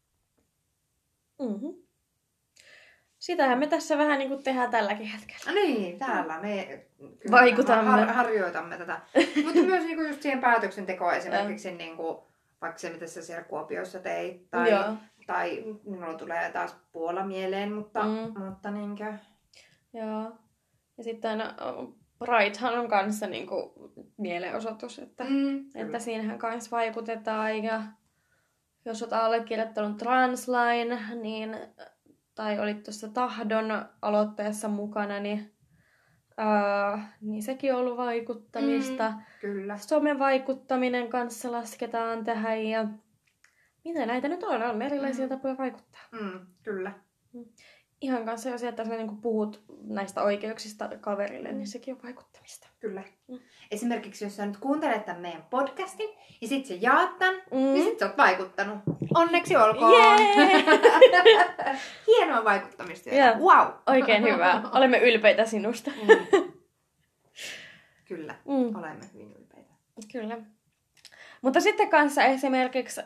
Sitähän me tässä vähän niin kuin tehdään tälläkin hetkellä. Niin, täällä me vaikutamme. Harjoitamme tätä. Mutta myös niin kuin just siihen päätöksentekoon esimerkiksi, niin kuin, vaikka se mitä sä siellä Kuopiossa teit. Tai minulla tulee taas Puola mieleen, mutta niinkö... Joo. Ja sitten Pridehan on kanssa niin kuin mielenosoitus, että siinähän kanssa vaikutetaan. Ja jos olet allekirjoittanut translain, niin, tai olit tuossa Tahdon aloitteessa mukana, niin sekin on ollut vaikuttamista. Kyllä. Somen vaikuttaminen kanssa lasketaan tähän. Ja mitä näitä nyt on? On erilaisia tapoja vaikuttaa. Kyllä. Ihan kanssa jo se, että sä niin puhut näistä oikeuksista kaverille, niin sekin on vaikuttamista. Kyllä. Esimerkiksi jos sä nyt kuuntelet tämän meidän podcastin ja sit sä jaat tän, niin sit sä oot vaikuttanut. Onneksi olkoon! Hienoa vaikuttamista. Wow! Oikein hyvä. Olemme ylpeitä sinusta. Kyllä, olemme hyvin ylpeitä. Kyllä. Mutta sitten kanssa esimerkiksi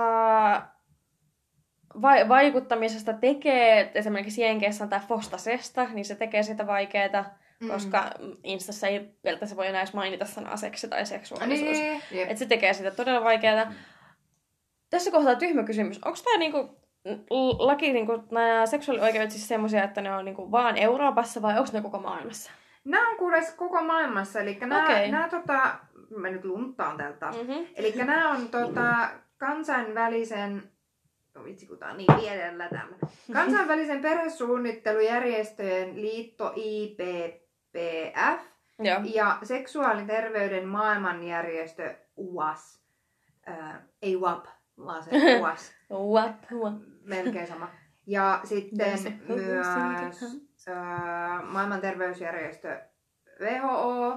vaikuttamisesta tekee esimerkiksi Jenkeissä tai Fostasesta, niin se tekee sitä vaikeaa, koska Instassa ei pelkästään voi enää edes mainita sanaa seksi tai seksuaalisuus. Että se tekee sitä todella vaikeaa. Tässä kohtaa tyhmä kysymys. Onko tämä niinku, laki, niinku, nämä seksuaalioikeudet siis semmoisia, että ne on niinku vaan Euroopassa vai onko ne koko maailmassa? Nämä on kuules koko maailmassa. Eli mä nyt lunttaan täältä taas. Eli nämä on kansainvälisen... Vitsi, kun tää on niin pienellä tämmöinen. Kansainvälisen perhesuunnittelujärjestöjen liitto IPPF ja seksuaaliterveyden maailmanjärjestö UAS. Ei WAP, vaan se UAS. WAP. Melkein sama. Ja sitten myös maailman terveysjärjestö WHO.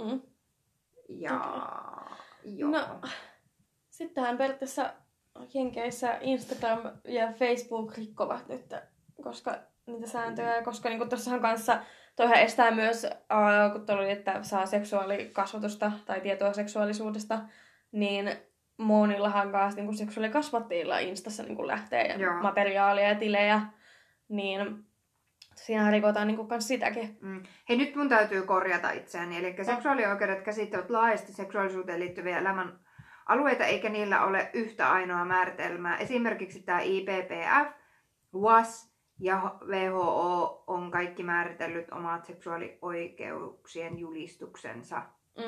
Ja joo. No, sittenhän periaatteessa Jenkeissä Instagram ja Facebook rikkovat nyt, koska niitä sääntöjä, koska niin tuossahan kanssa toihan estää myös, kun tuli, että saa seksuaalikasvatusta tai tietoa seksuaalisuudesta, niin monillahan kanssa niin seksuaalikasvattajilla Instassa niin lähtee materiaalia ja tilejä, niin siinä rikotaan niin kans sitäkin. Hei, nyt mun täytyy korjata itseäni, eli seksuaalioikeudet käsittävät laajasti seksuaalisuuteen liittyviä elämän alueita, eikä niillä ole yhtä ainoa määritelmää. Esimerkiksi tämä IPPF, WAS ja WHO on kaikki määritellyt omat seksuaalioikeuksien julistuksensa.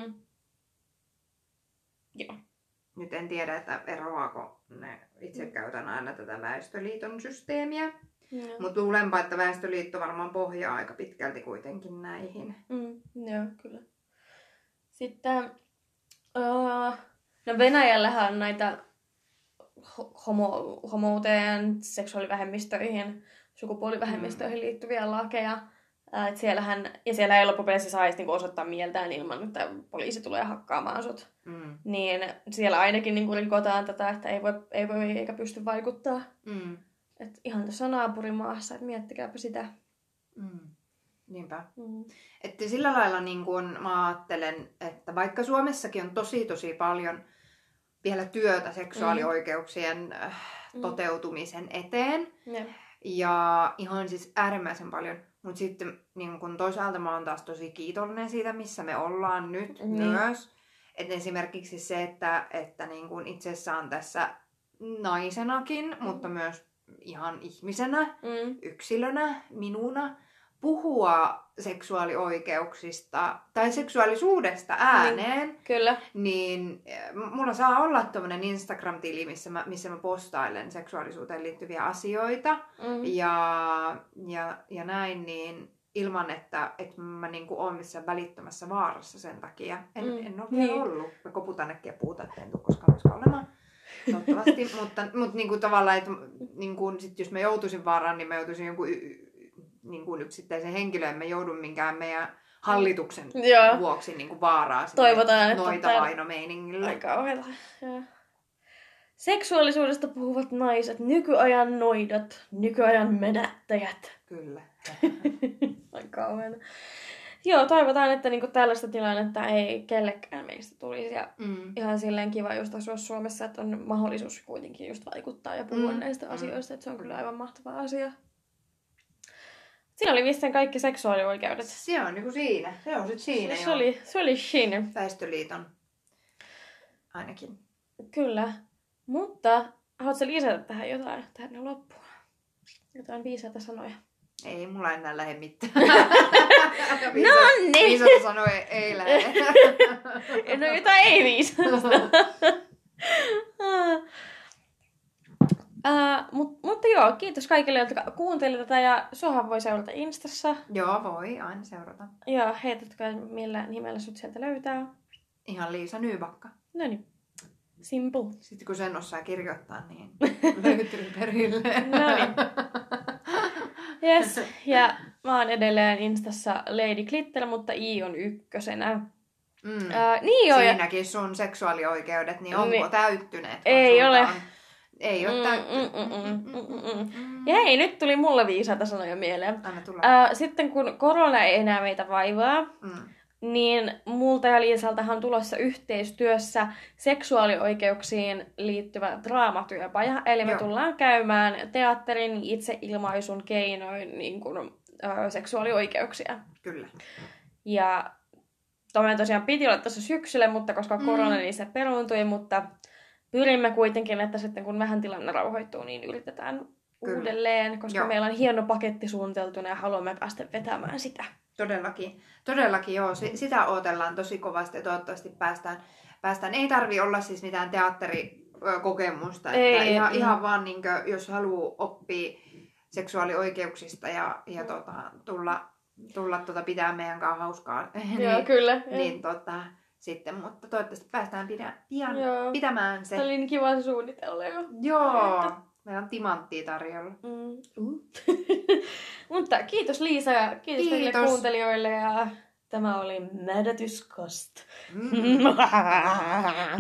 Joo. Nyt en tiedä, että eroaako ne. Itse käytän aina tätä Väestöliiton systeemiä. Mutta luulenpa, että Väestöliitto varmaan pohjaa aika pitkälti kuitenkin näihin. Joo, kyllä. Sitten... No Venäjällähän on näitä homouteen, seksuaalivähemmistöihin, sukupuolivähemmistöihin liittyviä lakeja. Siellä ei loppupeleissä saisi niinku osoittaa mieltään ilman, että poliisi tulee hakkaamaan sut. Niin siellä ainakin niinku rikotaan tätä, että ei voi eikä pysty vaikuttaa. Et ihan tässä naapurimaassa, että miettikääpä sitä. Niinpä. Mm. Että sillä lailla niin kun mä ajattelen, että vaikka Suomessakin on tosi paljon vielä työtä seksuaalioikeuksien toteutumisen eteen, ja ihan siis äärimmäisen paljon, mutta sitten niin kun toisaalta mä oon taas tosi kiitollinen siitä, missä me ollaan nyt myös. Et esimerkiksi se, että niin kun itsessään tässä naisenakin, mutta myös ihan ihmisenä, yksilönä, minuna, puhua seksuaalioikeuksista tai seksuaalisuudesta ääneen, Kyllä. niin mulla saa olla tommonen Instagram-tili, missä mä postailen seksuaalisuuteen liittyviä asioita ja näin, niin ilman, että mä niinku oon missään välittömässä vaarassa sen takia. En ole vielä ollut. Mä koputan äkkiä puuta, että en tule koskaan myöskään olemaan. Toivottavasti, mutta niinku tavallaan, että niinku, sit jos mä joutuisin vaaraan, niin mä joutuisin jonkun niin yksittäisen henkilön, mä joudun minkään meidän hallituksen vuoksi niin vaaraa noita vainomeiningillä. Aika kauheeta. Seksuaalisuudesta puhuvat naiset, nykyajan noidat, nykyajan menättäjät. Kyllä. Aika kauheeta. Joo, toivotaan, että niinku tällaista tilannetta ei kellekään meistä tulisi. Ja ihan silleen kiva just asua Suomessa, että on mahdollisuus kuitenkin just vaikuttaa ja puhua näistä asioista. Että se on kyllä aivan mahtava asia. Siinä oli vissiin kaikki seksuaalioikeudet. Se on niinku siinä. Se on sit siinä se oli siinä. Väestöliiton ainakin. Kyllä. Mutta haluatko lisätä tähän jotain tähän loppuun? Jotain viisaita sanoja. Ei mulla enää lähde mitään. No niin. Viisaita sanoja ei lähde. No jotain ei viisasta. Mutta joo, kiitos kaikille, jotka kuuntelivat tätä ja suohan voi seurata Instassa. Joo, voi aina seurata. Joo, heitätkö millä nimellä sut sieltä löytää? Ihan Liisa Nybakka. Noniin. Simple. Sitten kun sen osaa kirjoittaa, niin löytyy perille. Noniin. Yes, ja mä oon edelleen Instassa Lady Glitter, mutta I on ykkösenä. Niin joo, siinäkin sun seksuaalioikeudet, niin onko täyttyneet? Ei ole. Ei ole täyttynyt. Ja hei, nyt tuli mulle viisaita sanoja mieleen. Anna tulla. Sitten kun korona ei enää meitä vaivaa, niin multa ja Liisaltahan on tulossa yhteistyössä seksuaalioikeuksiin liittyvä draamatyöpaja. Eli me tullaan käymään teatterin itseilmaisun keinoin niin kuin, seksuaalioikeuksia. Kyllä. Ja tosiaan piti olla tässä syksyllä, mutta koska korona niin se peruuntui, mutta pyrimme kuitenkin, että sitten kun vähän tilanne rauhoittuu, niin yritetään uudelleen, koska meillä on hieno paketti suunniteltuna ja haluamme päästä vetämään sitä. Todellakin joo. Sitä odotellaan tosi kovasti ja toivottavasti päästään. Ei tarvi olla siis mitään teatterikokemusta. Ihan vaan niin kuin, jos haluaa oppia seksuaalioikeuksista ja tulla pitää meidän kanssa hauskaa. Joo, kyllä. Niin sitten, mutta toivottavasti päästään pitämään se. Se oli niin kiva suunnitella jo. Joo. Meillä on timanttia tarjolla. Mutta kiitos Liisa ja kiitos teille kuuntelijoille ja tämä oli Mädätyskast.